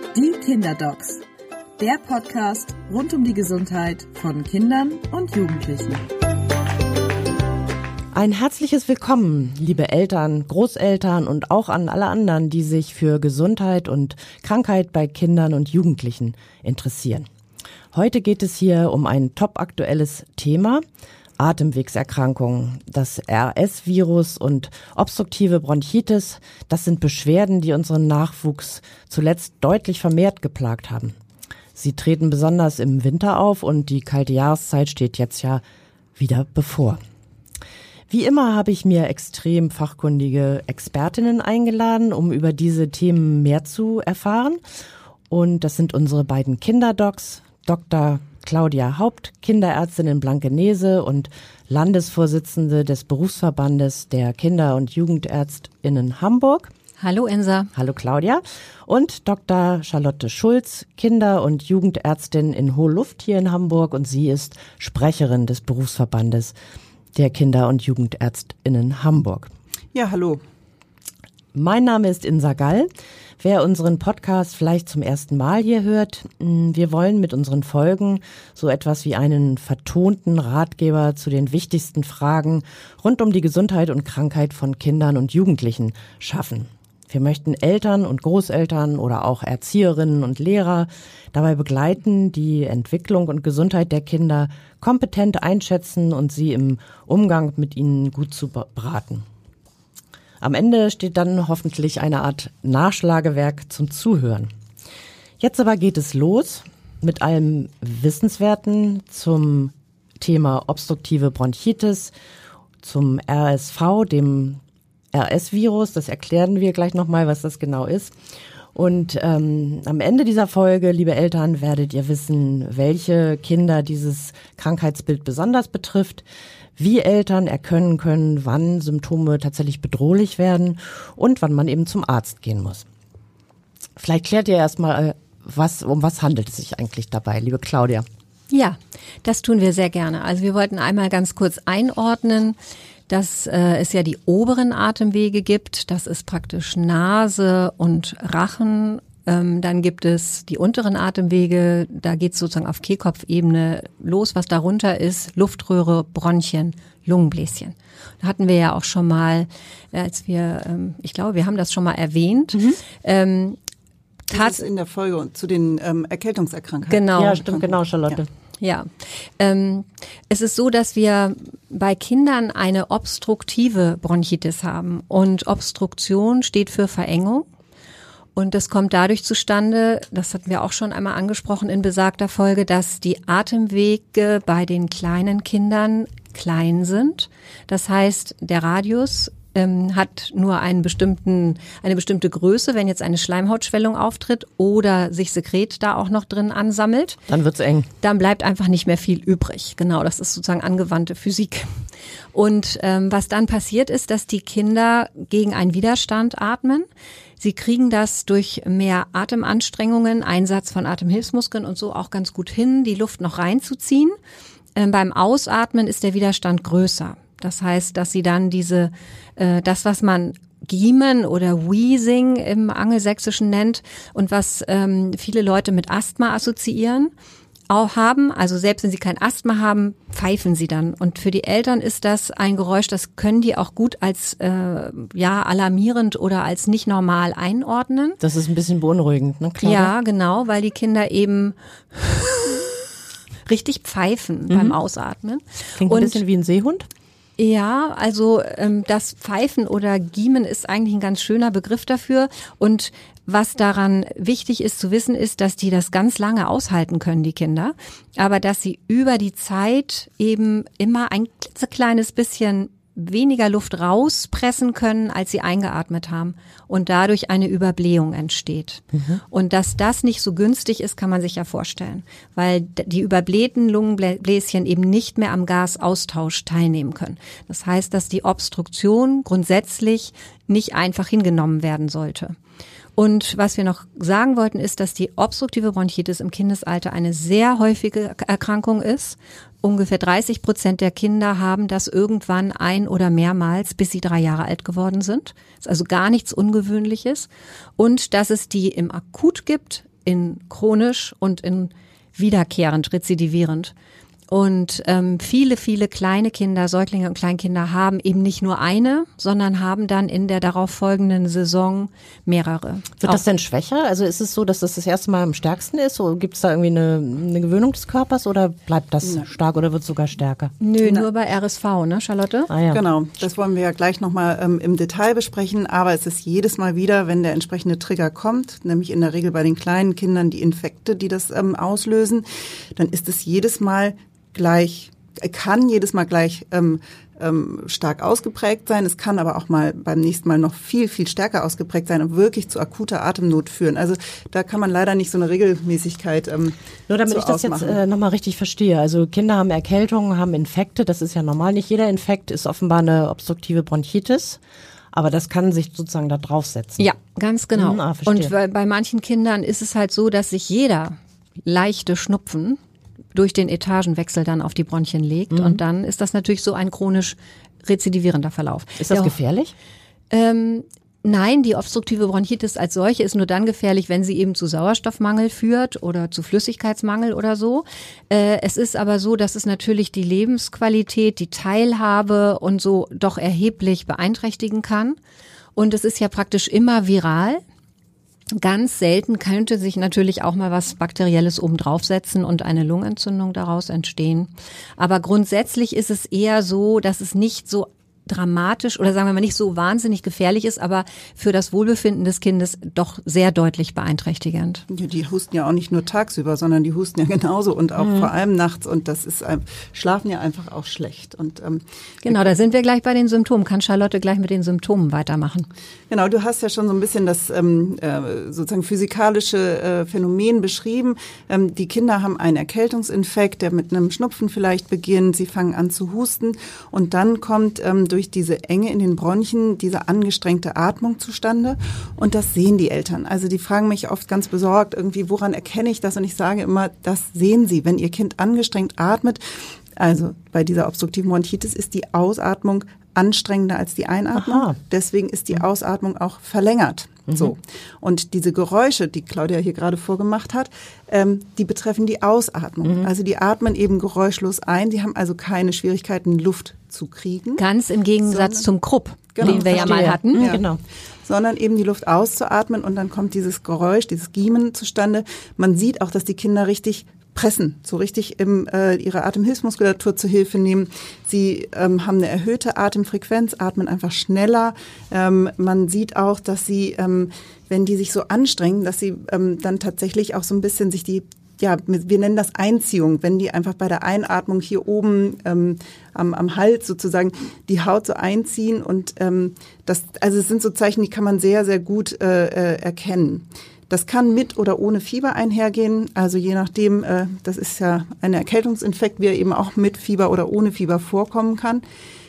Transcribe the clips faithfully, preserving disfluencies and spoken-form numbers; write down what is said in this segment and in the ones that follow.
Die Kinderdocs, der Podcast rund um die Gesundheit von Kindern und Jugendlichen. Ein herzliches Willkommen, liebe Eltern, Großeltern und auch an alle anderen, die sich für Gesundheit und Krankheit bei Kindern und Jugendlichen interessieren. Heute geht es hier um ein topaktuelles Thema: Atemwegserkrankungen. Das R S-Virus und obstruktive Bronchitis, das sind Beschwerden, die unseren Nachwuchs zuletzt deutlich vermehrt geplagt haben. Sie treten besonders im Winter auf und die kalte Jahreszeit steht jetzt ja wieder bevor. Wie immer habe ich mir extrem fachkundige Expertinnen eingeladen, um über diese Themen mehr zu erfahren. Und das sind unsere beiden Kinderdocs, Doktor Claudia Haupt, Kinderärztin in Blankenese und Landesvorsitzende des Berufsverbandes der Kinder- und JugendärztInnen Hamburg. Hallo Ensa. Hallo Claudia. Und Doktor Charlotte Schulz, Kinder- und Jugendärztin in Hohe-Luft hier in Hamburg, und sie ist Sprecherin des Berufsverbandes der Kinder- und JugendärztInnen Hamburg. Ja, hallo. Mein Name ist Insa Gall. Wer unseren Podcast vielleicht zum ersten Mal hier hört, wir wollen mit unseren Folgen so etwas wie einen vertonten Ratgeber zu den wichtigsten Fragen rund um die Gesundheit und Krankheit von Kindern und Jugendlichen schaffen. Wir möchten Eltern und Großeltern oder auch Erzieherinnen und Lehrer dabei begleiten, die Entwicklung und Gesundheit der Kinder kompetent einschätzen und sie im Umgang mit ihnen gut zu beraten. Am Ende steht dann hoffentlich eine Art Nachschlagewerk zum Zuhören. Jetzt aber geht es los mit allem Wissenswerten zum Thema obstruktive Bronchitis, zum R S V, dem R S-Virus. Das erklären wir gleich nochmal, was das genau ist. Und ähm, am Ende dieser Folge, liebe Eltern, werdet ihr wissen, welche Kinder dieses Krankheitsbild besonders betrifft, wie Eltern erkennen können, wann Symptome tatsächlich bedrohlich werden und wann man eben zum Arzt gehen muss. Vielleicht klärt ihr erstmal, was, um was handelt es sich eigentlich dabei, liebe Claudia? Ja, das tun wir sehr gerne. Also wir wollten einmal ganz kurz einordnen, dass äh, es ja die oberen Atemwege gibt. Das ist praktisch Nase und Rachen. Ähm, dann gibt es die unteren Atemwege. Da geht es sozusagen auf Kehlkopfebene los. Was darunter ist: Luftröhre, Bronchien, Lungenbläschen. Da hatten wir ja auch schon mal, als wir, ähm, ich glaube, wir haben das schon mal erwähnt. Mhm. Ähm, das ist in der Folge zu den ähm, Erkältungserkrankungen. Genau. Ja, stimmt, genau, Charlotte. Ja. Ja, ähm, es ist so, dass wir bei Kindern eine obstruktive Bronchitis haben, und Obstruktion steht für Verengung, und das kommt dadurch zustande, das hatten wir auch schon einmal angesprochen in besagter Folge, dass die Atemwege bei den kleinen Kindern klein sind. Das heißt, der Radius ähm, hat nur einen bestimmten, eine bestimmte Größe, wenn jetzt eine Schleimhautschwellung auftritt oder sich Sekret da auch noch drin ansammelt. Dann wird's eng. Dann bleibt einfach nicht mehr viel übrig. Genau, das ist sozusagen angewandte Physik. Und ähm, was dann passiert ist, dass die Kinder gegen einen Widerstand atmen. Sie kriegen das durch mehr Atemanstrengungen, Einsatz von Atemhilfsmuskeln und so auch ganz gut hin, die Luft noch reinzuziehen. Ähm, beim Ausatmen ist der Widerstand größer. Das heißt, dass sie dann diese, äh, das, was man Giemen oder Wheezing im Angelsächsischen nennt und was ähm, viele Leute mit Asthma assoziieren, auch haben. Also selbst wenn sie kein Asthma haben, pfeifen sie dann. Und für die Eltern ist das ein Geräusch, das können die auch gut als äh, ja alarmierend oder als nicht normal einordnen. Das ist ein bisschen beunruhigend, ne, Claudia? Ja, genau, weil die Kinder eben richtig pfeifen mhm. beim Ausatmen. Klingt ein bisschen wie ein Seehund. Ja, also ähm, das Pfeifen oder Giemen ist eigentlich ein ganz schöner Begriff dafür. Und was daran wichtig ist zu wissen, ist, dass die das ganz lange aushalten können, die Kinder. Aber dass sie über die Zeit eben immer ein klitzekleines bisschen weniger Luft rauspressen können, als sie eingeatmet haben, und dadurch eine Überblähung entsteht. Mhm. Und dass das nicht so günstig ist, kann man sich ja vorstellen, weil die überblähten Lungenbläschen eben nicht mehr am Gasaustausch teilnehmen können. Das heißt, dass die Obstruktion grundsätzlich nicht einfach hingenommen werden sollte. Und was wir noch sagen wollten, ist, dass die obstruktive Bronchitis im Kindesalter eine sehr häufige Erkrankung ist. Ungefähr dreißig Prozent der Kinder haben das irgendwann ein- oder mehrmals, bis sie drei Jahre alt geworden sind. Das ist also gar nichts Ungewöhnliches. Und dass es die im Akut gibt, in chronisch und in wiederkehrend, rezidivierend. Und ähm, viele, viele kleine Kinder, Säuglinge und Kleinkinder haben eben nicht nur eine, sondern haben dann in der darauf folgenden Saison mehrere. Wird das denn schwächer? Also ist es so, dass das das erste Mal am stärksten ist? Oder gibt es da irgendwie eine, eine Gewöhnung des Körpers oder bleibt das ja. stark oder wird es sogar stärker? Nö, Na. nur bei R S V, ne, Charlotte? Ah, ja. Genau, das wollen wir ja gleich nochmal ähm, im Detail besprechen. Aber es ist jedes Mal wieder, wenn der entsprechende Trigger kommt, nämlich in der Regel bei den kleinen Kindern die Infekte, die das ähm, auslösen, dann ist es jedes Mal gleich, kann jedes Mal gleich ähm, ähm, stark ausgeprägt sein. Es kann aber auch mal beim nächsten Mal noch viel, viel stärker ausgeprägt sein und wirklich zu akuter Atemnot führen. Also da kann man leider nicht so eine Regelmäßigkeit ähm, Nur damit so ich das ausmachen. jetzt äh, nochmal richtig verstehe. Also Kinder haben Erkältungen, haben Infekte, das ist ja normal. Nicht jeder Infekt ist offenbar eine obstruktive Bronchitis. Aber das kann sich sozusagen da draufsetzen. Ja, ganz genau. Hm, ah, und bei, bei manchen Kindern ist es halt so, dass sich jeder leichte Schnupfen durch den Etagenwechsel dann auf die Bronchien legt. Mhm. Und dann ist das natürlich so ein chronisch rezidivierender Verlauf. Ist das ja, gefährlich? Ähm, nein, die obstruktive Bronchitis als solche ist nur dann gefährlich, wenn sie eben zu Sauerstoffmangel führt oder zu Flüssigkeitsmangel oder so. Äh, es ist aber so, dass es natürlich die Lebensqualität, die Teilhabe und so doch erheblich beeinträchtigen kann. Und es ist ja praktisch immer viral. Ganz selten könnte sich natürlich auch mal was Bakterielles oben draufsetzen und eine Lungenentzündung daraus entstehen. Aber grundsätzlich ist es eher so, dass es nicht so dramatisch oder sagen wir mal nicht so wahnsinnig gefährlich ist, aber für das Wohlbefinden des Kindes doch sehr deutlich beeinträchtigend. Ja, die husten ja auch nicht nur tagsüber, sondern die husten ja genauso und auch mhm. vor allem nachts und das ist schlafen ja einfach auch schlecht. Und ähm, genau, da sind wir gleich bei den Symptomen. Kann Charlotte gleich mit den Symptomen weitermachen? Genau, du hast ja schon so ein bisschen das ähm, äh, sozusagen physikalische äh, Phänomen beschrieben. Ähm, die Kinder haben einen Erkältungsinfekt, der mit einem Schnupfen vielleicht beginnt. Sie fangen an zu husten und dann kommt ähm, durch diese Enge in den Bronchien diese angestrengte Atmung zustande und das sehen die Eltern. Also die fragen mich oft ganz besorgt irgendwie, woran erkenne ich das? Und ich sage immer, das sehen sie, wenn ihr Kind angestrengt atmet. Also bei dieser obstruktiven Bronchitis ist die Ausatmung anstrengender als die Einatmung. Aha. Deswegen ist die Ausatmung auch verlängert. Mhm. So. Und diese Geräusche, die Claudia hier gerade vorgemacht hat, ähm, die betreffen die Ausatmung. Mhm. Also die atmen eben geräuschlos ein. Die haben also keine Schwierigkeiten, Luft zu kriegen. Ganz im Gegensatz Sondern, zum Krupp, genau, den wir ja mal hatten. Ja. Genau. Sondern eben die Luft auszuatmen und dann kommt dieses Geräusch, dieses Giemen zustande. Man sieht auch, dass die Kinder richtig pressen, so richtig im, äh, ihre Atemhilfsmuskulatur zur Hilfe nehmen. Sie ähm, haben eine erhöhte Atemfrequenz, atmen einfach schneller. Ähm, man sieht auch, dass sie, ähm, wenn die sich so anstrengen, dass sie ähm, dann tatsächlich auch so ein bisschen sich die, ja, wir nennen das Einziehung, wenn die einfach bei der Einatmung hier oben ähm, am, am Hals sozusagen die Haut so einziehen und ähm, das, also es sind so Zeichen, die kann man sehr, sehr gut äh, äh, erkennen. Das kann mit oder ohne Fieber einhergehen, also je nachdem, äh, das ist ja ein Erkältungsinfekt, wie er eben auch mit Fieber oder ohne Fieber vorkommen kann.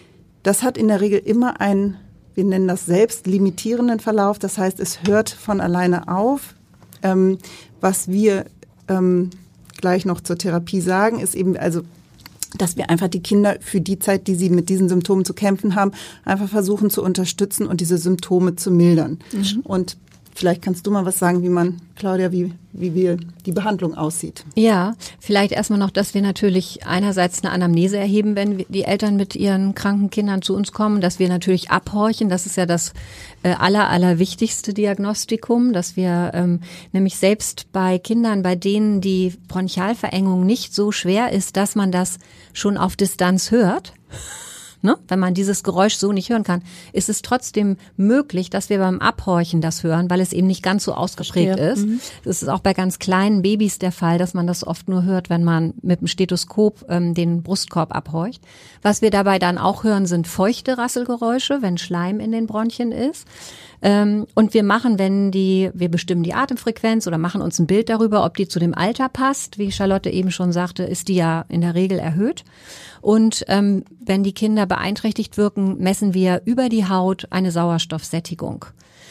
Das hat in der Regel immer einen, wir nennen das selbstlimitierenden Verlauf, das heißt, es hört von alleine auf. Ähm, was wir ähm, gleich noch zur Therapie sagen, ist eben also, dass wir einfach die Kinder für die Zeit, die sie mit diesen Symptomen zu kämpfen haben, einfach versuchen zu unterstützen und diese Symptome zu mildern. Mhm. Und vielleicht kannst du mal was sagen, wie man, Claudia, wie, wie wir die Behandlung aussieht. Ja, vielleicht erstmal noch, dass wir natürlich einerseits eine Anamnese erheben, wenn die Eltern mit ihren kranken Kindern zu uns kommen, dass wir natürlich abhorchen. Das ist ja das äh, aller, allerwichtigste Diagnostikum, dass wir ähm, nämlich selbst bei Kindern, bei denen die Bronchialverengung nicht so schwer ist, dass man das schon auf Distanz hört, ne? Wenn man dieses Geräusch so nicht hören kann, ist es trotzdem möglich, dass wir beim Abhorchen das hören, weil es eben nicht ganz so ausgeprägt Verstehe. ist. Mhm. Das ist auch bei ganz kleinen Babys der Fall, dass man das oft nur hört, wenn man mit dem Stethoskop ähm, den Brustkorb abhorcht. Was wir dabei dann auch hören, sind feuchte Rasselgeräusche, wenn Schleim in den Bronchien ist. Ähm, und wir machen, wenn die, wir bestimmen die Atemfrequenz oder machen uns ein Bild darüber, ob die zu dem Alter passt. Wie Charlotte eben schon sagte, ist die ja in der Regel erhöht. Und ähm, wenn die Kinder beeinträchtigt wirken, messen wir über die Haut eine Sauerstoffsättigung.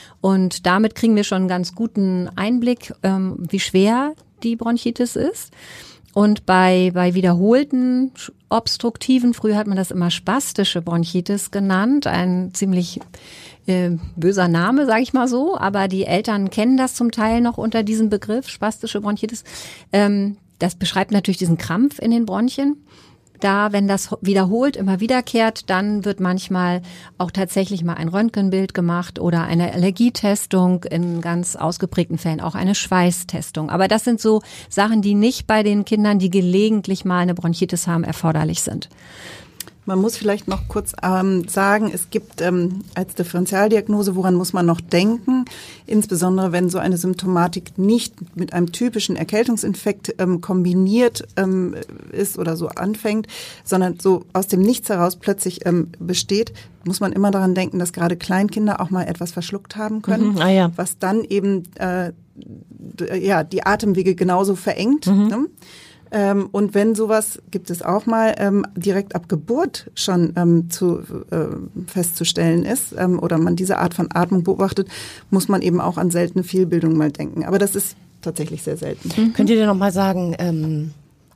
Und damit kriegen wir schon einen ganz guten Einblick, ähm, wie schwer die Bronchitis ist. Und bei, bei wiederholten obstruktiven, früher hat man das immer spastische Bronchitis genannt, ein ziemlich äh, böser Name, sage ich mal so, aber die Eltern kennen das zum Teil noch unter diesem Begriff, spastische Bronchitis. Ähm, das beschreibt natürlich diesen Krampf in den Bronchien. Da, wenn das wiederholt, immer wiederkehrt, dann wird manchmal auch tatsächlich mal ein Röntgenbild gemacht oder eine Allergietestung, in ganz ausgeprägten Fällen auch eine Schweißtestung. Aber das sind so Sachen, die nicht bei den Kindern, die gelegentlich mal eine Bronchitis haben, erforderlich sind. Man muss vielleicht noch kurz ähm, sagen, es gibt ähm, als Differentialdiagnose, woran muss man noch denken, insbesondere wenn so eine Symptomatik nicht mit einem typischen Erkältungsinfekt ähm, kombiniert ähm, ist oder so anfängt, sondern so aus dem Nichts heraus plötzlich ähm, besteht, muss man immer daran denken, dass gerade Kleinkinder auch mal etwas verschluckt haben können, Mhm, ah ja. was dann eben äh, d- ja die Atemwege genauso verengt. Mhm. Ne? Ähm, und wenn sowas, gibt es auch mal, ähm, direkt ab Geburt schon ähm, zu, äh, festzustellen ist ähm, oder man diese Art von Atmung beobachtet, muss man eben auch an seltene Fehlbildungen mal denken. Aber das ist tatsächlich sehr selten. Mhm. Könnt ihr dir noch mal sagen, ähm,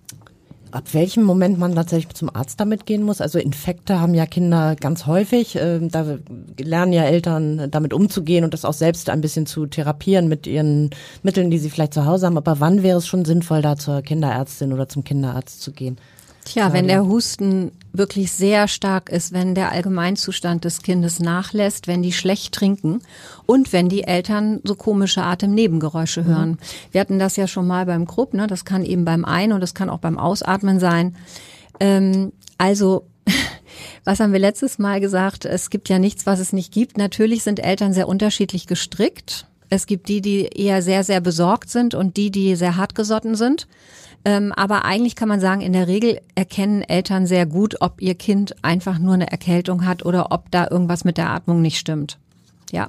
ab welchem Moment man tatsächlich zum Arzt damit gehen muss? Also Infekte haben ja Kinder ganz häufig. Äh, da lernen ja Eltern damit umzugehen und das auch selbst ein bisschen zu therapieren mit ihren Mitteln, die sie vielleicht zu Hause haben. Aber wann wäre es schon sinnvoll, da zur Kinderärztin oder zum Kinderarzt zu gehen? Tja, wenn der Husten wirklich sehr stark ist, wenn der Allgemeinzustand des Kindes nachlässt, wenn die schlecht trinken und wenn die Eltern so komische Atemnebengeräusche hören. Mhm. Wir hatten das ja schon mal beim Krupp, ne? Das kann eben beim Ein- und das kann auch beim Ausatmen sein. Ähm, also was haben wir letztes Mal gesagt? Es gibt ja nichts, was es nicht gibt. Natürlich sind Eltern sehr unterschiedlich gestrickt. Es gibt die, die eher sehr, sehr besorgt sind und die, die sehr hartgesotten sind. Ähm, aber eigentlich kann man sagen, in der Regel erkennen Eltern sehr gut, ob ihr Kind einfach nur eine Erkältung hat oder ob da irgendwas mit der Atmung nicht stimmt. Ja.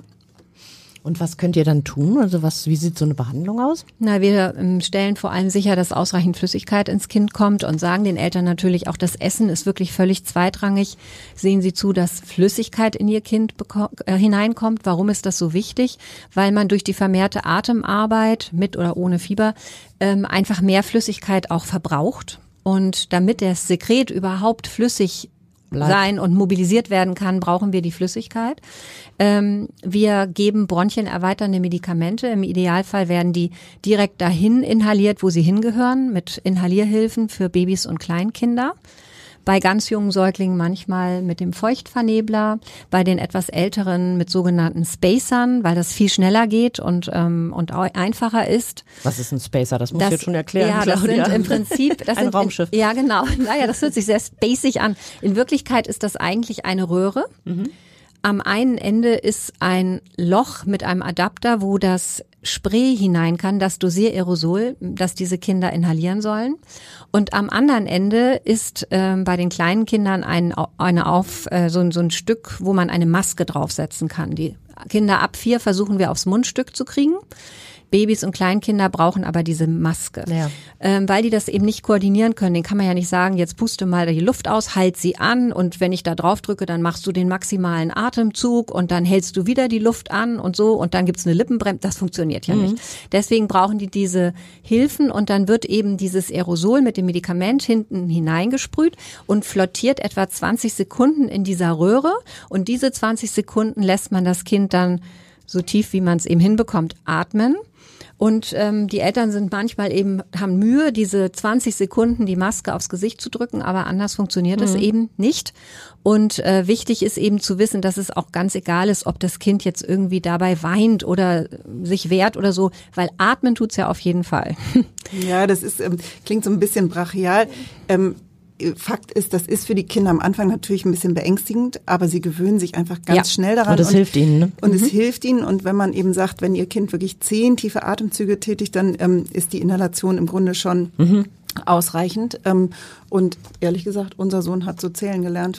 Und was könnt ihr dann tun? Also was, wie sieht so eine Behandlung aus? Na, wir ähm, stellen vor allem sicher, dass ausreichend Flüssigkeit ins Kind kommt und sagen den Eltern natürlich auch, das Essen ist wirklich völlig zweitrangig. Sehen Sie zu, dass Flüssigkeit in Ihr Kind beko- äh, hineinkommt. Warum ist das so wichtig? Weil man durch die vermehrte Atemarbeit mit oder ohne Fieber ähm, einfach mehr Flüssigkeit auch verbraucht. Und damit das Sekret überhaupt flüssig Bleibt. sein und mobilisiert werden kann, brauchen wir die Flüssigkeit. Ähm, wir geben bronchienerweiternde Medikamente. Im Idealfall werden die direkt dahin inhaliert, wo sie hingehören, mit Inhalierhilfen für Babys und Kleinkinder. Bei ganz jungen Säuglingen manchmal mit dem Feuchtvernebler, bei den etwas älteren mit sogenannten Spacern, weil das viel schneller geht und ähm, und auch einfacher ist. Was ist ein Spacer? Das musst das, du jetzt schon erklären, Ja, das Claudia. sind im Prinzip das ein sind, Raumschiff. Ja, genau. Naja, das hört sich sehr spacig an. In Wirklichkeit ist das eigentlich eine Röhre. Mhm. Am einen Ende ist ein Loch mit einem Adapter, wo das Spray hinein kann, das Dosiererosol, das diese Kinder inhalieren sollen. Und am anderen Ende ist äh, bei den kleinen Kindern ein, eine auf, äh, so, so ein Stück, wo man eine Maske draufsetzen kann. Die Kinder ab vier versuchen wir aufs Mundstück zu kriegen. Babys und Kleinkinder brauchen aber diese Maske, ja. ähm, weil die das eben nicht koordinieren können. Den kann man ja nicht sagen, jetzt puste mal die Luft aus, halt sie an und wenn ich da drauf drücke, dann machst du den maximalen Atemzug und dann hältst du wieder die Luft an und so und dann gibt's eine Lippenbremse. Das funktioniert ja mhm. nicht. Deswegen brauchen die diese Hilfen und dann wird eben dieses Aerosol mit dem Medikament hinten hineingesprüht und flottiert etwa zwanzig Sekunden in dieser Röhre und diese zwanzig Sekunden lässt man das Kind dann so tief, wie man es eben hinbekommt, atmen. Und ähm, die Eltern sind manchmal eben, haben Mühe, diese zwanzig Sekunden die Maske aufs Gesicht zu drücken, aber anders funktioniert es mhm. eben nicht. Und äh, wichtig ist eben zu wissen, dass es auch ganz egal ist, ob das Kind jetzt irgendwie dabei weint oder sich wehrt oder so, weil atmen tut's ja auf jeden Fall. Ja, das ist ähm, klingt so ein bisschen brachial. Ähm, Fakt ist, das ist für die Kinder am Anfang natürlich ein bisschen beängstigend, aber sie gewöhnen sich einfach ganz ja. schnell daran. Und das und, hilft ihnen, ne? Und mhm. es hilft ihnen. Und wenn man eben sagt, wenn ihr Kind wirklich zehn tiefe Atemzüge tätigt, dann ähm, ist die Inhalation im Grunde schon mhm. ausreichend. Ähm, und ehrlich gesagt, unser Sohn hat so zählen gelernt.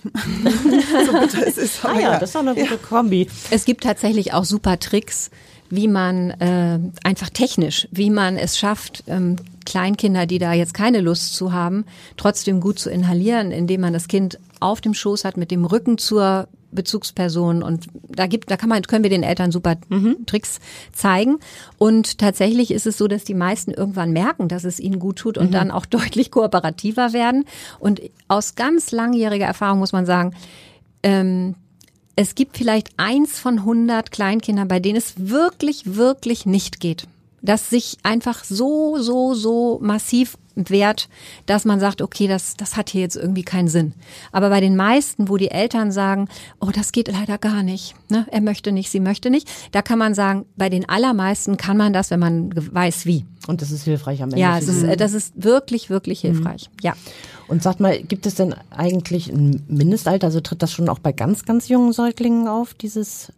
So bitter es ist. Ah ja, ja, das ist auch eine gute ja. Kombi. Es gibt tatsächlich auch super Tricks, wie man äh, einfach technisch, wie man es schafft, ähm, Kleinkinder, die da jetzt keine Lust zu haben, trotzdem gut zu inhalieren, indem man das Kind auf dem Schoß hat mit dem Rücken zur Bezugsperson und da gibt, da kann man, können wir den Eltern super mhm. Tricks zeigen und tatsächlich ist es so, dass die meisten irgendwann merken, dass es ihnen gut tut und mhm. dann auch deutlich kooperativer werden und aus ganz langjähriger Erfahrung muss man sagen, ähm, es gibt vielleicht eins von hundert Kleinkindern, bei denen es wirklich, wirklich nicht geht. Das sich einfach so, so, so massiv wert, dass man sagt, okay, das, das hat hier jetzt irgendwie keinen Sinn. Aber bei den meisten, wo die Eltern sagen, oh, das geht leider gar nicht, ne? Er möchte nicht, sie möchte nicht, da kann man sagen, bei den allermeisten kann man das, wenn man weiß, wie. Und das ist hilfreich am Ende. Ja, es ist, das ist wirklich, wirklich hilfreich. Mhm. Ja. Und sag mal, gibt es denn eigentlich ein Mindestalter? Also tritt das schon auch bei ganz, ganz jungen Säuglingen auf, dieses?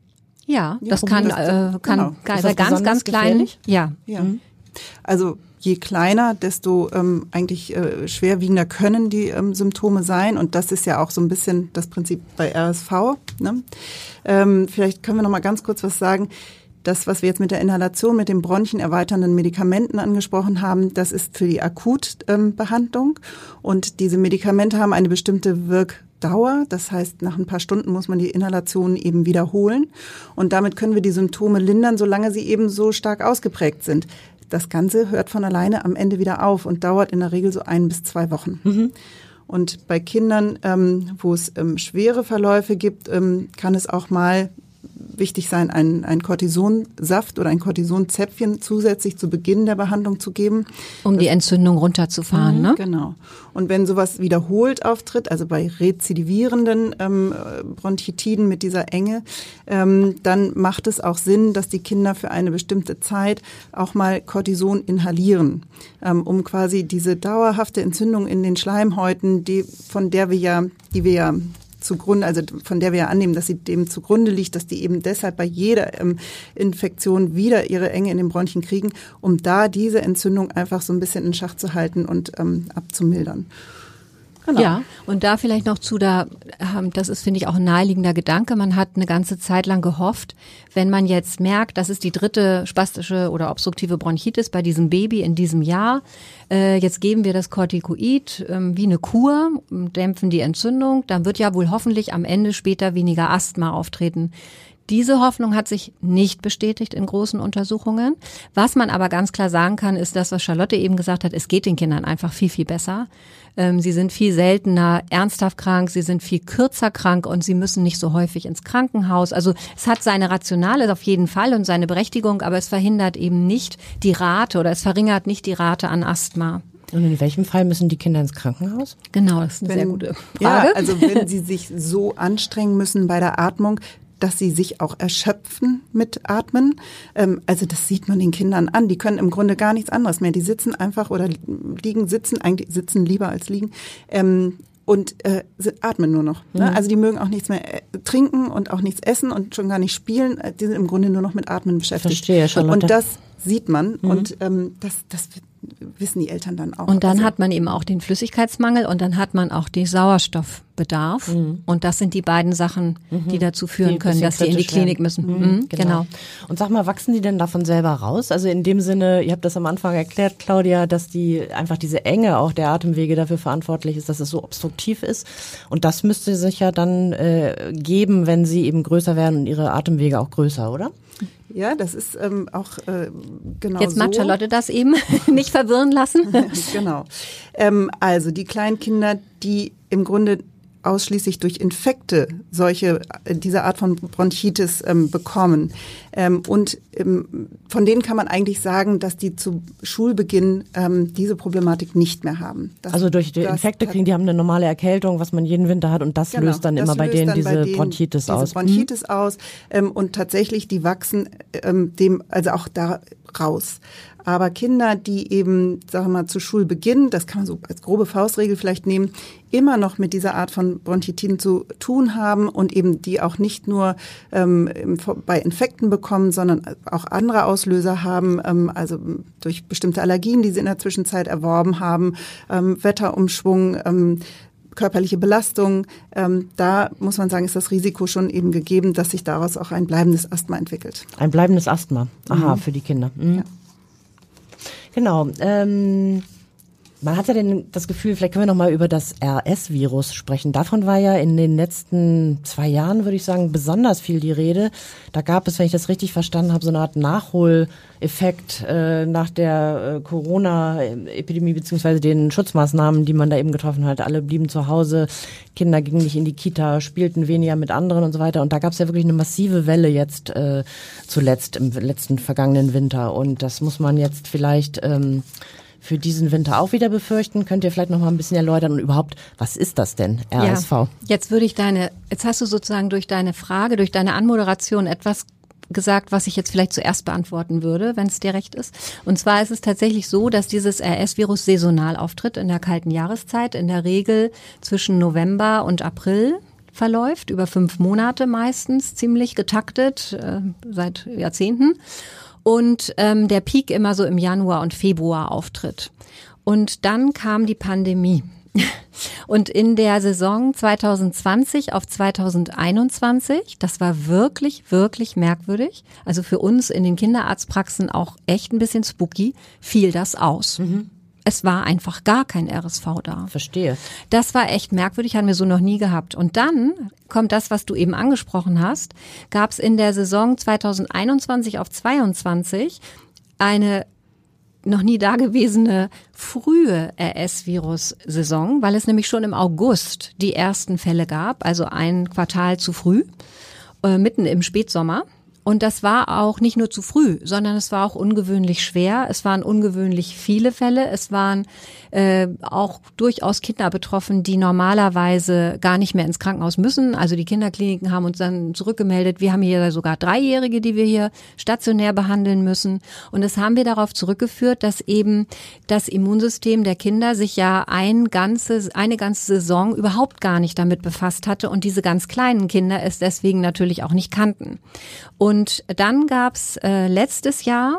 Ja, das ja, kann, das, äh, kann, genau. kann bei ganz, ganz klein. Ja. ja. Mhm. Also je kleiner, desto ähm, eigentlich äh, schwerwiegender können die ähm, Symptome sein. Und das ist ja auch so ein bisschen das Prinzip bei R S V. Ne? Ähm, vielleicht können wir noch mal ganz kurz was sagen. Das, was wir jetzt mit der Inhalation, mit den Bronchien erweiternden Medikamenten angesprochen haben, das ist für die Akutbehandlung. Und diese Medikamente haben eine bestimmte Wirkdauer. Das heißt, nach ein paar Stunden muss man die Inhalation eben wiederholen. Und damit können wir die Symptome lindern, solange sie eben so stark ausgeprägt sind. Das Ganze hört von alleine am Ende wieder auf und dauert in der Regel so ein bis zwei Wochen. Mhm. Und bei Kindern, ähm, wo es ähm, schwere Verläufe gibt, ähm, kann es auch mal wichtig sein, ein, ein Cortisonsaft oder ein Cortisonzäpfchen zusätzlich zu Beginn der Behandlung zu geben. Um das, die Entzündung runterzufahren, mhm, ne? Genau. Und wenn sowas wiederholt auftritt, also bei rezidivierenden ähm, Bronchitiden mit dieser Enge, ähm, dann macht es auch Sinn, dass die Kinder für eine bestimmte Zeit auch mal Cortison inhalieren, ähm, um quasi diese dauerhafte Entzündung in den Schleimhäuten, die, von der wir ja, die wir ja zugrunde, also von der wir ja annehmen, dass sie dem zugrunde liegt, dass die eben deshalb bei jeder ähm, Infektion wieder ihre Enge in den Bronchien kriegen, um da diese Entzündung einfach so ein bisschen in Schach zu halten und ähm, abzumildern. Genau. Ja, und da vielleicht noch zu, da, das ist, finde ich, auch ein naheliegender Gedanke. Man hat eine ganze Zeit lang gehofft, wenn man jetzt merkt, das ist die dritte spastische oder obstruktive Bronchitis bei diesem Baby in diesem Jahr. Äh, jetzt geben wir das Corticoid äh, wie eine Kur, dämpfen die Entzündung. Dann wird ja wohl hoffentlich am Ende später weniger Asthma auftreten. Diese Hoffnung hat sich nicht bestätigt in großen Untersuchungen. Was man aber ganz klar sagen kann, ist das, was Charlotte eben gesagt hat, es geht den Kindern einfach viel, viel besser. Ähm, sie sind viel seltener ernsthaft krank, sie sind viel kürzer krank und sie müssen nicht so häufig ins Krankenhaus. Also es hat seine Rationale auf jeden Fall und seine Berechtigung, aber es verhindert eben nicht die Rate oder es verringert nicht die Rate an Asthma. Und in welchem Fall müssen die Kinder ins Krankenhaus? Genau, das ist eine wenn, sehr gute Frage. Ja, also wenn sie sich so anstrengen müssen bei der Atmung, dass sie sich auch erschöpfen mit Atmen. Ähm, also das sieht man den Kindern an. Die können im Grunde gar nichts anderes mehr. Die sitzen einfach oder liegen, sitzen, eigentlich sitzen lieber als liegen. Ähm, und äh, atmen nur noch. Ne? Mhm. Also die mögen auch nichts mehr äh, trinken und auch nichts essen und schon gar nicht spielen. Die sind im Grunde nur noch mit Atmen beschäftigt. Verstehe, Charlotte. Und das sieht man mhm. und ähm, das, das wissen die Eltern dann auch. Und dann also, hat man eben auch den Flüssigkeitsmangel und dann hat man auch den Sauerstoffbedarf. Mhm. Und das sind die beiden Sachen, die dazu führen die können, dass sie in die Klinik werden. müssen. Mhm. Mhm, genau. genau. Und sag mal, wachsen die denn davon selber raus? Also in dem Sinne, ihr habt das am Anfang erklärt, Claudia, dass die einfach diese Enge auch der Atemwege dafür verantwortlich ist, dass es so obstruktiv ist. Und das müsste sich ja dann äh, geben, wenn sie eben größer werden und ihre Atemwege auch größer, oder? Ja, das ist ähm, auch äh, genau Jetzt so. macht Charlotte das eben, nicht verwirren lassen. Genau. Ähm, also die Kleinkinder, die im Grunde ausschließlich durch Infekte solche diese Art von Bronchitis ähm, bekommen. Ähm, und ähm, von denen kann man eigentlich sagen, dass die zu Schulbeginn ähm, diese Problematik nicht mehr haben. Das, also durch die Infekte kriegen, die haben eine normale Erkältung, was man jeden Winter hat und das genau, löst dann das immer bei denen diese bei denen Bronchitis diese aus. Diese Bronchitis mhm. aus ähm, und tatsächlich, die wachsen ähm, dem also auch da raus. Aber Kinder, die eben, sagen wir mal, zu Schulbeginn, das kann man so als grobe Faustregel vielleicht nehmen, immer noch mit dieser Art von Bronchitiden zu tun haben und eben die auch nicht nur ähm, bei Infekten bekommen, sondern auch andere Auslöser haben, ähm, also durch bestimmte Allergien, die sie in der Zwischenzeit erworben haben, ähm, Wetterumschwung, ähm, körperliche Belastung, ähm, da muss man sagen, ist das Risiko schon eben gegeben, dass sich daraus auch ein bleibendes Asthma entwickelt. Ein bleibendes Asthma, aha, mhm. für die Kinder. Mhm. Ja. Genau. Ähm, Man hat ja den, das Gefühl, vielleicht können wir noch mal über das R S-Virus sprechen. Davon war ja in den letzten zwei Jahren, würde ich sagen, besonders viel die Rede. Da gab es, wenn ich das richtig verstanden habe, so eine Art Nachholeffekt äh, nach der äh, Corona-Epidemie beziehungsweise den Schutzmaßnahmen, die man da eben getroffen hat. Alle blieben zu Hause, Kinder gingen nicht in die Kita, spielten weniger mit anderen und so weiter. Und da gab es ja wirklich eine massive Welle jetzt äh, zuletzt, im letzten vergangenen Winter. Und das muss man jetzt vielleicht ähm, für diesen Winter auch wieder befürchten. Könnt ihr vielleicht noch mal ein bisschen erläutern und überhaupt, was ist das denn, R S V? Ja, jetzt würde ich deine, jetzt hast du sozusagen durch deine Frage, durch deine Anmoderation etwas gesagt, was ich jetzt vielleicht zuerst beantworten würde, wenn es dir recht ist. Und zwar ist es tatsächlich so, dass dieses R S-Virus saisonal auftritt in der kalten Jahreszeit, in der Regel zwischen November und April verläuft, über fünf Monate meistens, ziemlich getaktet, äh, seit Jahrzehnten. Und ähm, der Peak immer so im Januar und Februar auftritt. Und dann kam die Pandemie. Und in der Saison zwanzig zwanzig auf zwanzig einundzwanzig, das war wirklich, wirklich merkwürdig, also für uns in den Kinderarztpraxen auch echt ein bisschen spooky, fiel das aus. Mhm. Es war einfach gar kein R S V da. Verstehe. Das war echt merkwürdig, haben wir so noch nie gehabt. Und dann kommt das, was du eben angesprochen hast, gab es in der Saison zwanzig einundzwanzig auf zweiundzwanzig eine noch nie dagewesene frühe R S-Virus-Saison, weil es nämlich schon im August die ersten Fälle gab, also ein Quartal zu früh, äh, mitten im Spätsommer. Und das war auch nicht nur zu früh, sondern es war auch ungewöhnlich schwer. Es waren ungewöhnlich viele Fälle. Es waren äh, auch durchaus Kinder betroffen, die normalerweise gar nicht mehr ins Krankenhaus müssen. Also die Kinderkliniken haben uns dann zurückgemeldet, wir haben hier sogar Dreijährige, die wir hier stationär behandeln müssen. Und das haben wir darauf zurückgeführt, dass eben das Immunsystem der Kinder sich ja ein ganze, eine ganze Saison überhaupt gar nicht damit befasst hatte und diese ganz kleinen Kinder es deswegen natürlich auch nicht kannten. Und Und dann gab's äh, letztes Jahr,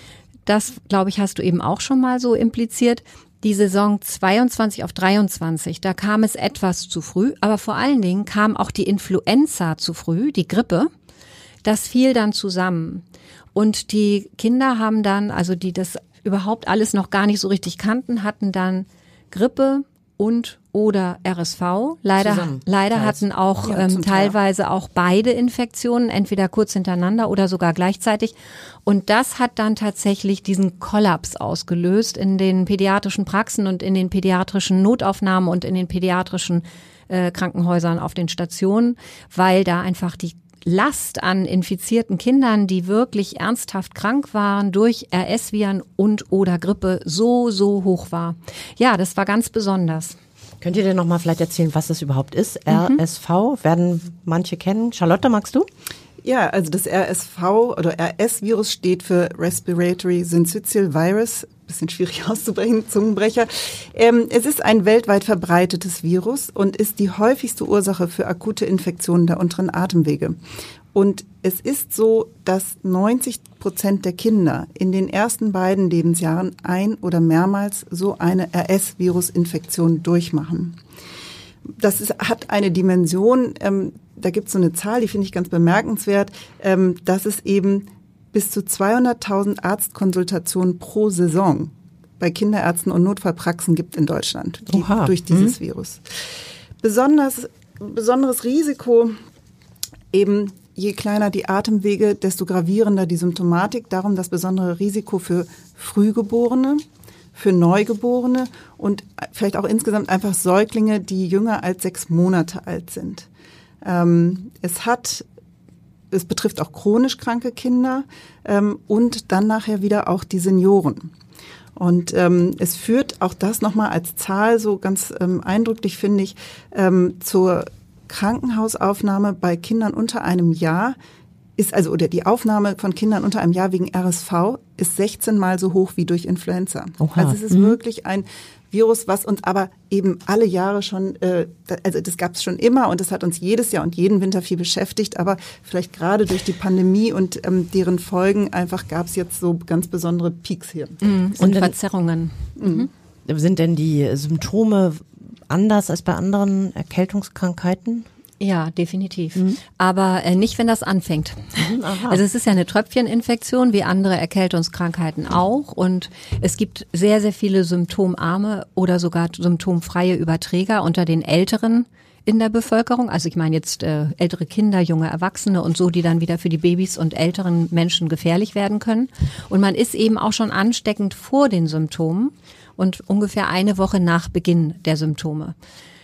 das glaube ich hast du eben auch schon mal so impliziert, die Saison zweiundzwanzig auf dreiundzwanzig. Da kam es etwas zu früh, aber vor allen Dingen kam auch die Influenza zu früh, die Grippe. Das fiel dann zusammen. Und die Kinder haben dann, also die das überhaupt alles noch gar nicht so richtig kannten, hatten dann Grippe und oder R S V. Leider, Zusammen. leider hatten auch ja, ähm, teilweise auch beide Infektionen, entweder kurz hintereinander oder sogar gleichzeitig. Und das hat dann tatsächlich diesen Kollaps ausgelöst in den pädiatrischen Praxen und in den pädiatrischen Notaufnahmen und in den pädiatrischen äh, Krankenhäusern auf den Stationen, weil da einfach die Last an infizierten Kindern, die wirklich ernsthaft krank waren durch R S-Viren und oder Grippe so, so hoch war. Ja, das war ganz besonders. Könnt ihr denn noch mal vielleicht erzählen, was das überhaupt ist? R S V, werden manche kennen. Charlotte, magst du? Ja, also das R S V oder R S-Virus steht für Respiratory Syncytial Virus. Bisschen schwierig auszubrechen, Zungenbrecher. Ähm, es ist ein weltweit verbreitetes Virus und ist die häufigste Ursache für akute Infektionen der unteren Atemwege. Und es ist so, dass neunzig Prozent der Kinder in den ersten beiden Lebensjahren ein- oder mehrmals so eine R S-Virus-Infektion durchmachen. Das ist, hat eine Dimension, ähm, da gibt es so eine Zahl, die finde ich ganz bemerkenswert, ähm, dass es eben bis zu zweihunderttausend Arztkonsultationen pro Saison bei Kinderärzten und Notfallpraxen gibt in Deutschland die, durch dieses mhm. Virus. Besonders, besonderes Risiko, eben je kleiner die Atemwege, desto gravierender die Symptomatik. Darum das besondere Risiko für Frühgeborene, für Neugeborene und vielleicht auch insgesamt einfach Säuglinge, die jünger als sechs Monate alt sind. Ähm, es hat Es betrifft auch chronisch kranke Kinder ähm, und dann nachher wieder auch die Senioren. Und ähm, es führt auch das nochmal als Zahl so ganz ähm, eindrücklich, finde ich, ähm, zur Krankenhausaufnahme bei Kindern unter einem Jahr ist, also oder die Aufnahme von Kindern unter einem Jahr wegen R S V ist sechzehn Mal so hoch wie durch Influenza. Oha. Also es ist mhm. wirklich ein Virus, was uns aber eben alle Jahre schon, äh, also das gab es schon immer und das hat uns jedes Jahr und jeden Winter viel beschäftigt, aber vielleicht gerade durch die Pandemie und ähm, deren Folgen einfach gab es jetzt so ganz besondere Peaks hier. Mhm. Und Verzerrungen. Mhm. Sind denn die Symptome anders als bei anderen Erkältungskrankheiten? Ja, definitiv. Mhm. Aber äh, nicht, wenn das anfängt. Mhm, aha. Also es ist ja eine Tröpfcheninfektion, wie andere Erkältungskrankheiten auch. Und es gibt sehr, sehr viele symptomarme oder sogar symptomfreie Überträger unter den Älteren in der Bevölkerung. Also ich meine jetzt äh, ältere Kinder, junge Erwachsene und so, die dann wieder für die Babys und älteren Menschen gefährlich werden können. Und man ist eben auch schon ansteckend vor den Symptomen und ungefähr eine Woche nach Beginn der Symptome.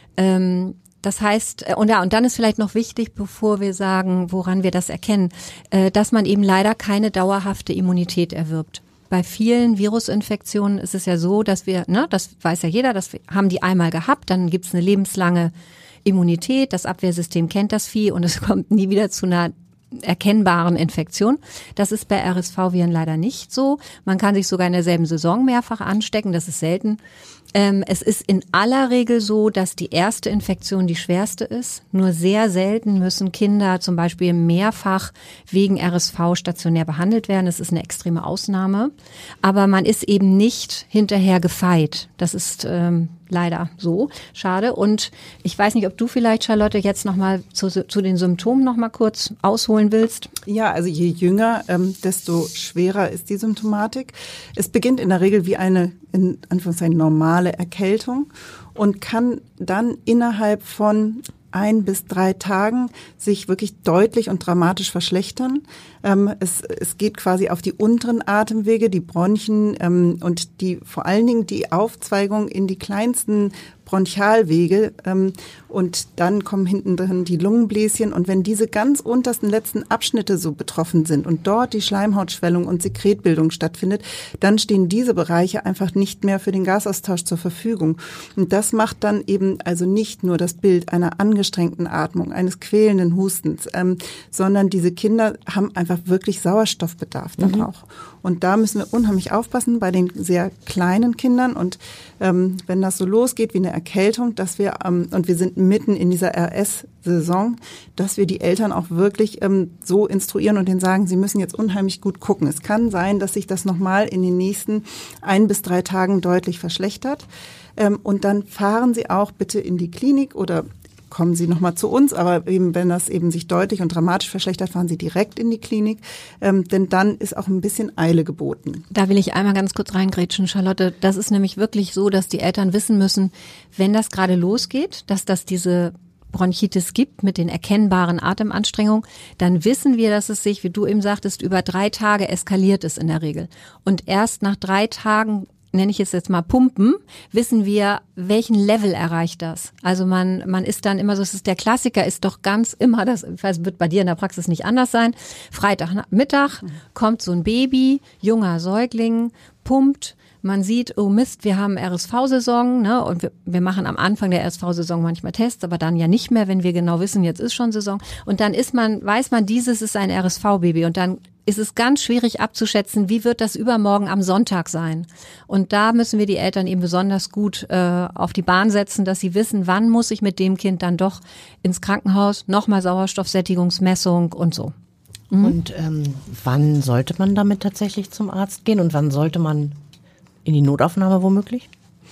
Ähm, Das heißt, und ja, und dann ist vielleicht noch wichtig, bevor wir sagen, woran wir das erkennen, dass man eben leider keine dauerhafte Immunität erwirbt. Bei vielen Virusinfektionen ist es ja so, dass wir, ne, das weiß ja jeder, das haben die einmal gehabt, dann gibt's eine lebenslange Immunität, das Abwehrsystem kennt das Vieh und es kommt nie wieder zu einer erkennbaren Infektion. Das ist bei R S V-Viren leider nicht so. Man kann sich sogar in derselben Saison mehrfach anstecken, das ist selten. Ähm, es ist in aller Regel so, dass die erste Infektion die schwerste ist. Nur sehr selten müssen Kinder zum Beispiel mehrfach wegen R S V stationär behandelt werden. Das ist eine extreme Ausnahme. Aber man ist eben nicht hinterher gefeit. Das ist ähm, leider so. Schade. Und ich weiß nicht, ob du vielleicht, Charlotte, jetzt nochmal zu, zu den Symptomen nochmal kurz ausholen willst. Ja, also je jünger, ähm, desto schwerer ist die Symptomatik. Es beginnt in der Regel wie eine, in Anführungszeichen, normale Erkältung und kann dann innerhalb von ein bis drei Tagen sich wirklich deutlich und dramatisch verschlechtern. Ähm, es, es geht quasi auf die unteren Atemwege, die Bronchien ähm, und die vor allen Dingen die Aufzweigung in die kleinsten Bronchialwege ähm, und dann kommen hinten drin die Lungenbläschen und wenn diese ganz untersten letzten Abschnitte so betroffen sind und dort die Schleimhautschwellung und Sekretbildung stattfindet, dann stehen diese Bereiche einfach nicht mehr für den Gasaustausch zur Verfügung. Und das macht dann eben also nicht nur das Bild einer angestrengten Atmung, eines quälenden Hustens, ähm, sondern diese Kinder haben einfach wirklich Sauerstoffbedarf dann mhm. auch. Und da müssen wir unheimlich aufpassen bei den sehr kleinen Kindern und ähm, wenn das so losgeht wie eine Erkältung, dass wir, ähm, und wir sind mitten in dieser R S-Saison, dass wir die Eltern auch wirklich ähm, so instruieren und denen sagen, sie müssen jetzt unheimlich gut gucken. Es kann sein, dass sich das nochmal in den nächsten ein bis drei Tagen deutlich verschlechtert. Ähm, und dann fahren Sie auch bitte in die Klinik oder kommen Sie nochmal zu uns, aber eben wenn das eben sich deutlich und dramatisch verschlechtert, fahren Sie direkt in die Klinik, ähm, denn dann ist auch ein bisschen Eile geboten. Da will ich einmal ganz kurz reingrätschen, Charlotte. Das ist nämlich wirklich so, dass die Eltern wissen müssen, wenn das gerade losgeht, dass das diese Bronchitis gibt mit den erkennbaren Atemanstrengungen, dann wissen wir, dass es sich, wie du eben sagtest, über drei Tage eskaliert ist in der Regel. Und erst nach drei Tagen nenne ich es jetzt mal Pumpen, wissen wir, welchen Level erreicht das. Also man man ist dann immer so, es ist der Klassiker, ist doch ganz immer, das wird bei dir in der Praxis nicht anders sein, Freitagmittag kommt so ein Baby, junger Säugling, pumpt, man sieht, oh Mist, wir haben R S V-Saison, ne, und wir, wir machen am Anfang der R S V-Saison manchmal Tests, aber dann ja nicht mehr, wenn wir genau wissen, jetzt ist schon Saison. Und dann ist man, weiß man, dieses ist ein R S V-Baby und dann ist es ganz schwierig abzuschätzen, wie wird das übermorgen am Sonntag sein. Und da müssen wir die Eltern eben besonders gut äh, auf die Bahn setzen, dass sie wissen, wann muss ich mit dem Kind dann doch ins Krankenhaus, nochmal Sauerstoffsättigungsmessung und so. Mhm. Und ähm, wann sollte man damit tatsächlich zum Arzt gehen und wann sollte man in die Notaufnahme womöglich?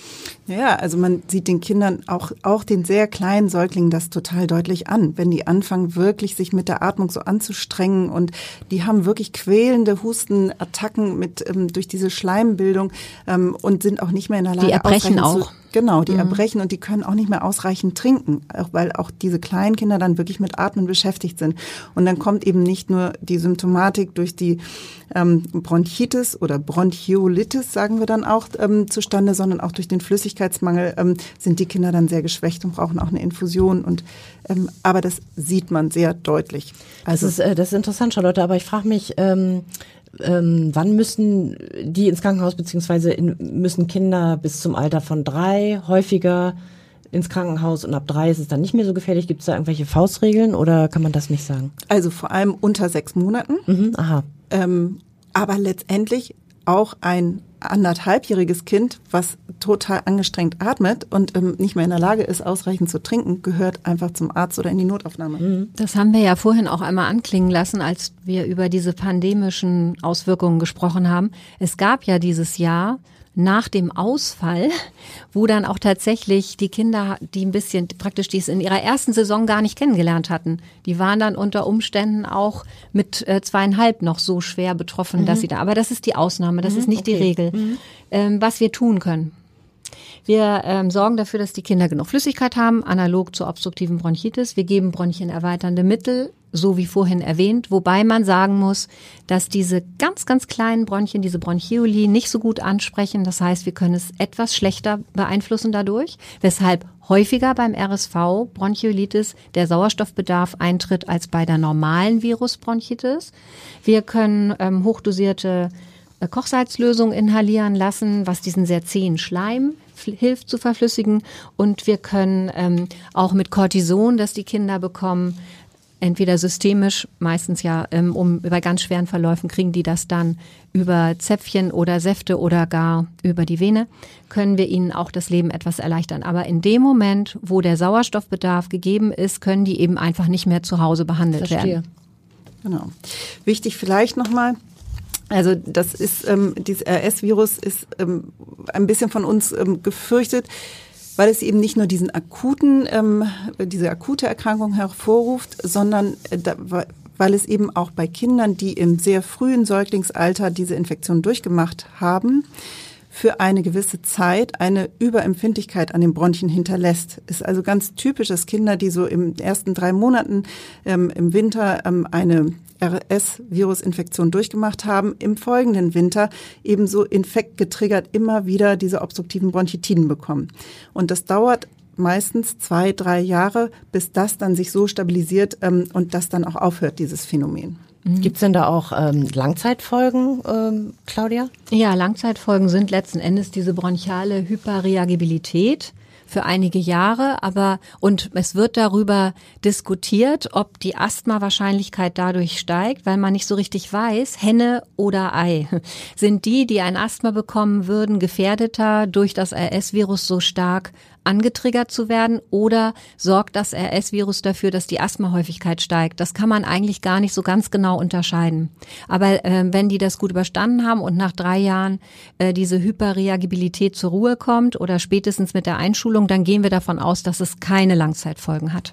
Ja, also man sieht den Kindern, auch auch den sehr kleinen Säuglingen das total deutlich an, wenn die anfangen wirklich sich mit der Atmung so anzustrengen und die haben wirklich quälende Hustenattacken mit ähm, durch diese Schleimbildung ähm, und sind auch nicht mehr in der Lage. Die erbrechen auch. Zu, genau, die mhm. erbrechen und die können auch nicht mehr ausreichend trinken, auch weil auch diese kleinen Kinder dann wirklich mit Atmen beschäftigt sind. Und dann kommt eben nicht nur die Symptomatik durch die ähm, Bronchitis oder Bronchiolitis, sagen wir dann auch, ähm, zustande, sondern auch durch den Flüssigkeitsmangel ähm, sind die Kinder dann sehr geschwächt und brauchen auch eine Infusion. Und ähm, aber das sieht man sehr deutlich. Also das ist, äh, das ist interessant, Charlotte, aber ich frage mich, ähm, ähm, wann müssen die ins Krankenhaus, beziehungsweise in, müssen Kinder bis zum Alter von drei häufiger ins Krankenhaus und ab drei ist es dann nicht mehr so gefährlich? Gibt es da irgendwelche Faustregeln oder kann man das nicht sagen? Also vor allem unter sechs Monaten. Mhm, aha. Ähm, aber letztendlich auch ein anderthalbjähriges Kind, was total angestrengt atmet und ähm, nicht mehr in der Lage ist, ausreichend zu trinken, gehört einfach zum Arzt oder in die Notaufnahme. Das haben wir ja vorhin auch einmal anklingen lassen, als wir über diese pandemischen Auswirkungen gesprochen haben. Es gab ja dieses Jahr nach dem Ausfall, wo dann auch tatsächlich die Kinder, die ein bisschen praktisch die es in ihrer ersten Saison gar nicht kennengelernt hatten, die waren dann unter Umständen auch mit äh, zweieinhalb noch so schwer betroffen, mhm. dass sie da, aber das ist die Ausnahme, das mhm, ist nicht okay. die Regel. Mhm. Ähm, was wir tun können. Wir ähm, sorgen dafür, dass die Kinder genug Flüssigkeit haben, analog zur obstruktiven Bronchitis. Wir geben bronchienerweiternde Mittel, so wie vorhin erwähnt, wobei man sagen muss, dass diese ganz, ganz kleinen Bronchien, diese Bronchioli, nicht so gut ansprechen. Das heißt, wir können es etwas schlechter beeinflussen dadurch, weshalb häufiger beim R S V Bronchiolitis der Sauerstoffbedarf eintritt als bei der normalen Virusbronchitis. Wir können ähm, hochdosierte äh, Kochsalzlösung inhalieren lassen, was diesen sehr zähen Schleim hilft zu verflüssigen, und wir können ähm, auch mit Cortison, das die Kinder bekommen, entweder systemisch, meistens ja ähm, um bei ganz schweren Verläufen kriegen die das dann über Zäpfchen oder Säfte oder gar über die Vene, können wir ihnen auch das Leben etwas erleichtern. Aber in dem Moment, wo der Sauerstoffbedarf gegeben ist, können die eben einfach nicht mehr zu Hause behandelt Verstehe. werden. Genau. Wichtig vielleicht nochmal, also das ist, ähm, dieses R S-Virus ist ähm, ein bisschen von uns ähm, gefürchtet, weil es eben nicht nur diesen akuten, ähm, diese akute Erkrankung hervorruft, sondern äh, da, weil es eben auch bei Kindern, die im sehr frühen Säuglingsalter diese Infektion durchgemacht haben, für eine gewisse Zeit eine Überempfindlichkeit an den Bronchien hinterlässt. Ist also ganz typisch, dass Kinder, die so im ersten drei Monaten ähm, im Winter ähm, eine R S-Virusinfektion durchgemacht haben, im folgenden Winter ebenso infektgetriggert immer wieder diese obstruktiven Bronchitiden bekommen. Und das dauert meistens zwei, drei Jahre, bis das dann sich so stabilisiert ähm, und das dann auch aufhört, dieses Phänomen. Gibt's denn da auch ähm, Langzeitfolgen, ähm, Claudia? Ja, Langzeitfolgen sind letzten Endes diese bronchiale Hyperreagibilität für einige Jahre, aber und es wird darüber diskutiert, ob die Asthma-Wahrscheinlichkeit dadurch steigt, weil man nicht so richtig weiß, Henne oder Ei. Sind die, die ein Asthma bekommen würden, gefährdeter durch das R S-Virus so stark angetriggert zu werden, oder sorgt das R S-Virus dafür, dass die Asthma-Häufigkeit steigt? Das kann man eigentlich gar nicht so ganz genau unterscheiden. Aber äh, wenn die das gut überstanden haben und nach drei Jahren äh, diese Hyperreagibilität zur Ruhe kommt oder spätestens mit der Einschulung, dann gehen wir davon aus, dass es keine Langzeitfolgen hat.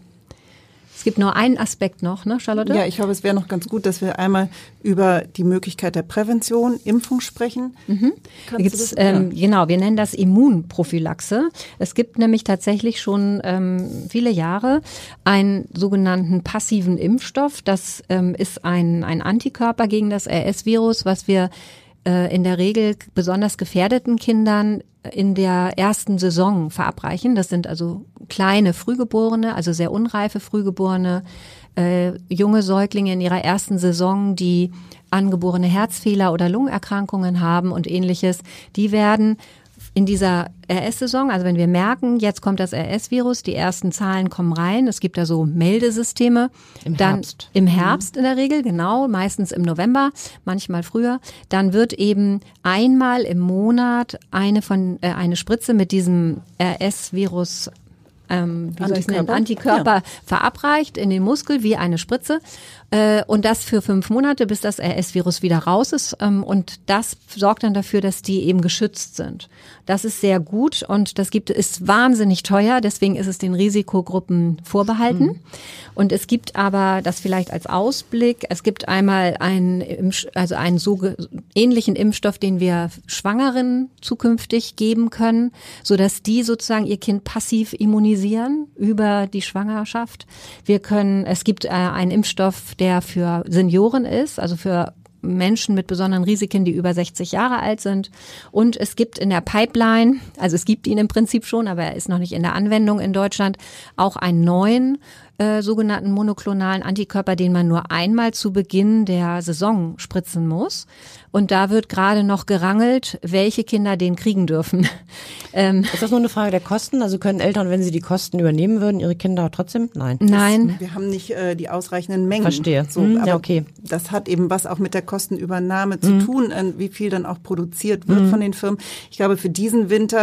Es gibt nur einen Aspekt noch, ne, Charlotte? Ja, ich glaube, es wäre noch ganz gut, dass wir einmal über die Möglichkeit der Prävention, Impfung sprechen. Mhm. Da gibt's, ähm, genau, wir nennen das Immunprophylaxe. Es gibt nämlich tatsächlich schon ähm, viele Jahre einen sogenannten passiven Impfstoff. Das ähm, ist ein, ein Antikörper gegen das R S-Virus, was wir äh, in der Regel besonders gefährdeten Kindern in der ersten Saison verabreichen. Das sind also kleine Frühgeborene, also sehr unreife Frühgeborene, äh, junge Säuglinge in ihrer ersten Saison, die angeborene Herzfehler oder Lungenerkrankungen haben und ähnliches. Die werden in dieser R S-Saison, also wenn wir merken, jetzt kommt das R S-Virus, die ersten Zahlen kommen rein, es gibt da so Meldesysteme. Im dann, Herbst. Im Herbst in der Regel, genau, meistens im November, manchmal früher. Dann wird eben einmal im Monat eine von äh, eine Spritze mit diesem R S-Virus Ähm, wie soll ich nennen, Antikörper ja. verabreicht in den Muskel wie eine Spritze, äh, und das für fünf Monate, bis das R S-Virus wieder raus ist, ähm, und das sorgt dann dafür, dass die eben geschützt sind. Das ist sehr gut und das gibt ist wahnsinnig teuer, deswegen ist es den Risikogruppen vorbehalten. Mhm. Und es gibt aber, das vielleicht als Ausblick, es gibt einmal einen, also einen so ähnlichen Impfstoff, den wir Schwangeren zukünftig geben können, sodass die sozusagen ihr Kind passiv immunisieren über die Schwangerschaft. Wir können, es gibt äh, einen Impfstoff, der für Senioren ist, also für Menschen mit besonderen Risiken, die über sechzig Jahre alt sind. Und es gibt in der Pipeline, also es gibt ihn im Prinzip schon, aber er ist noch nicht in der Anwendung in Deutschland, auch einen neuen äh, sogenannten monoklonalen Antikörper, den man nur einmal zu Beginn der Saison spritzen muss. Und da wird gerade noch gerangelt, welche Kinder den kriegen dürfen. ähm, ist das nur eine Frage der Kosten? Also können Eltern, wenn sie die Kosten übernehmen würden, ihre Kinder trotzdem? Nein. Nein. Das, wir haben nicht äh, die ausreichenden Mengen. Verstehe. So, hm, aber ja, okay. Das hat eben was auch mit der Kostenübernahme zu hm. tun, äh, wie viel dann auch produziert wird hm. von den Firmen. Ich glaube, für diesen Winter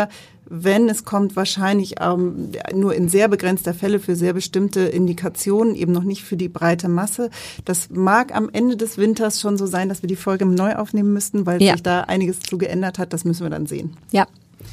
wenn es kommt, wahrscheinlich ähm, nur in sehr begrenzter Fälle für sehr bestimmte Indikationen, eben noch nicht für die breite Masse. Das mag am Ende des Winters schon so sein, dass wir die Folge neu aufnehmen müssten, weil ja. sich da einiges zu geändert hat. Das müssen wir dann sehen. Ja.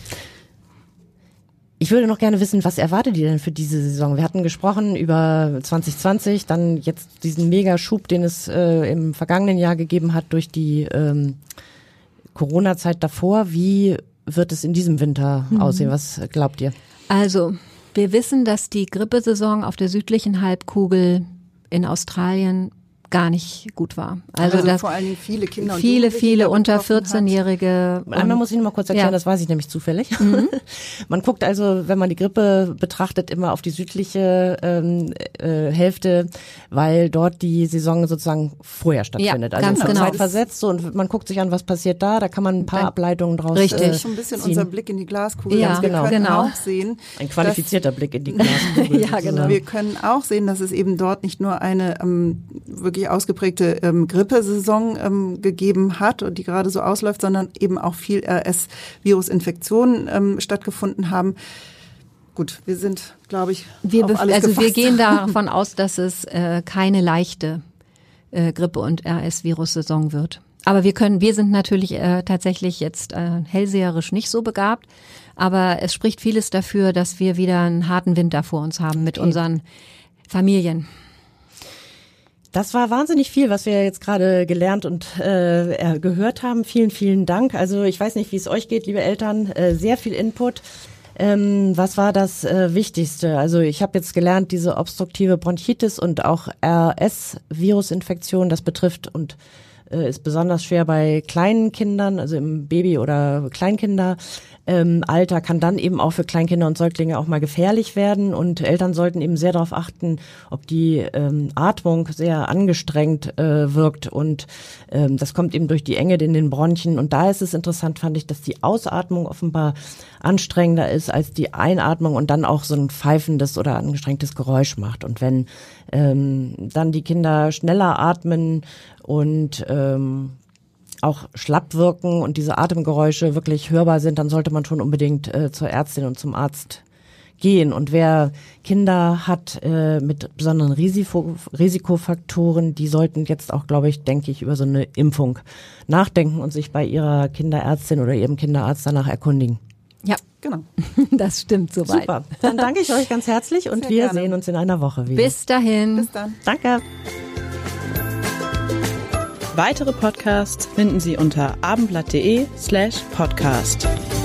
Ich würde noch gerne wissen, was erwartet ihr denn für diese Saison? Wir hatten gesprochen über zwanzig zwanzig, dann jetzt diesen Megaschub, den es äh, im vergangenen Jahr gegeben hat durch die ähm, Corona-Zeit davor. Wie wird es in diesem Winter mhm. aussehen? Was glaubt ihr? Also, wir wissen, dass die Grippesaison auf der südlichen Halbkugel in Australien gar nicht gut war. Also, also dass vor allen Dingen viele Kinder und viele, viele unter vierzehnjährige. Einmal muss ich noch mal kurz erklären, ja. das weiß ich nämlich zufällig. Mhm. Man guckt also, wenn man die Grippe betrachtet, immer auf die südliche ähm, äh, Hälfte, weil dort die Saison sozusagen vorher stattfindet. Ja, also ganz genau. zeitversetzt so, und man guckt sich an, was passiert da. Da kann man ein paar Ableitungen draus ziehen. Richtig. Äh, das ist schon ein bisschen ziehen. unser Blick in die Glaskugel. Ja, also wir genau. können genau. auch sehen, ein qualifizierter Blick in die Glaskugel. Ja, genau. Wir können auch sehen, dass es eben dort nicht nur eine ähm, wirklich ausgeprägte ähm, Grippesaison ähm, gegeben hat und die gerade so ausläuft, sondern eben auch viel R S-Virusinfektionen ähm, stattgefunden haben. Gut, wir sind, glaube ich, wir auf alles Also gefasst. wir gehen davon aus, dass es äh, keine leichte äh, Grippe- und R S-Virus-Saison wird. Aber wir können, wir sind natürlich äh, tatsächlich jetzt äh, hellseherisch nicht so begabt, aber es spricht vieles dafür, dass wir wieder einen harten Winter vor uns haben mit okay. unseren Familien. Das war wahnsinnig viel, was wir jetzt gerade gelernt und äh, gehört haben. Vielen, vielen Dank. Also ich weiß nicht, wie es euch geht, liebe Eltern. Äh, sehr viel Input. Ähm, was war das äh, Wichtigste? Also ich habe jetzt gelernt, diese obstruktive Bronchitis und auch R S-Virusinfektion, das betrifft und äh, ist besonders schwer bei kleinen Kindern, also im Baby- oder Kleinkinder. Ähm, Alter kann dann eben auch für Kleinkinder und Säuglinge auch mal gefährlich werden und Eltern sollten eben sehr darauf achten, ob die ähm, Atmung sehr angestrengt äh, wirkt und ähm, das kommt eben durch die Enge in den Bronchien und da ist es interessant, fand ich, dass die Ausatmung offenbar anstrengender ist als die Einatmung und dann auch so ein pfeifendes oder angestrengtes Geräusch macht und wenn ähm, dann die Kinder schneller atmen und ähm, auch schlapp wirken und diese Atemgeräusche wirklich hörbar sind, dann sollte man schon unbedingt äh, zur Ärztin und zum Arzt gehen. Und wer Kinder hat äh, mit besonderen Risiko, Risikofaktoren, die sollten jetzt auch, glaube ich, denke ich, über so eine Impfung nachdenken und sich bei ihrer Kinderärztin oder ihrem Kinderarzt danach erkundigen. Ja, genau. Das stimmt soweit. Super. Dann danke ich euch ganz herzlich und Sehr wir gerne. sehen uns in einer Woche wieder. Bis dahin. Bis dann. Danke. Weitere Podcasts finden Sie unter abendblatt.de slash podcast.